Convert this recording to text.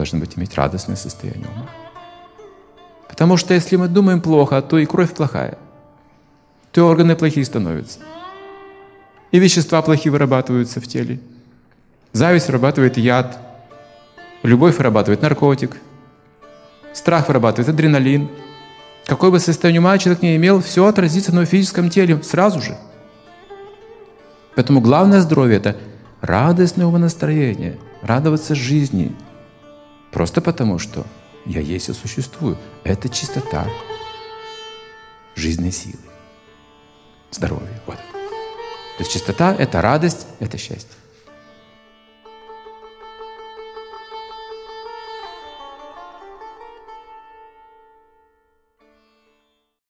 должны иметь радостное состояние ума. Потому что если мы думаем плохо, то и кровь плохая, то и органы плохие становятся, и вещества плохие вырабатываются в теле. Зависть вырабатывает яд, любовь вырабатывает наркотик, страх вырабатывает адреналин. Какое бы состояние ума человек ни имел, все отразится на физическом теле сразу же. Поэтому главное здоровье – это радостное умонастроение, радоваться жизни. Просто потому, что я есть и существую. Это чистота жизненной силы, здоровья. Вот. То есть чистота – это радость, это счастье.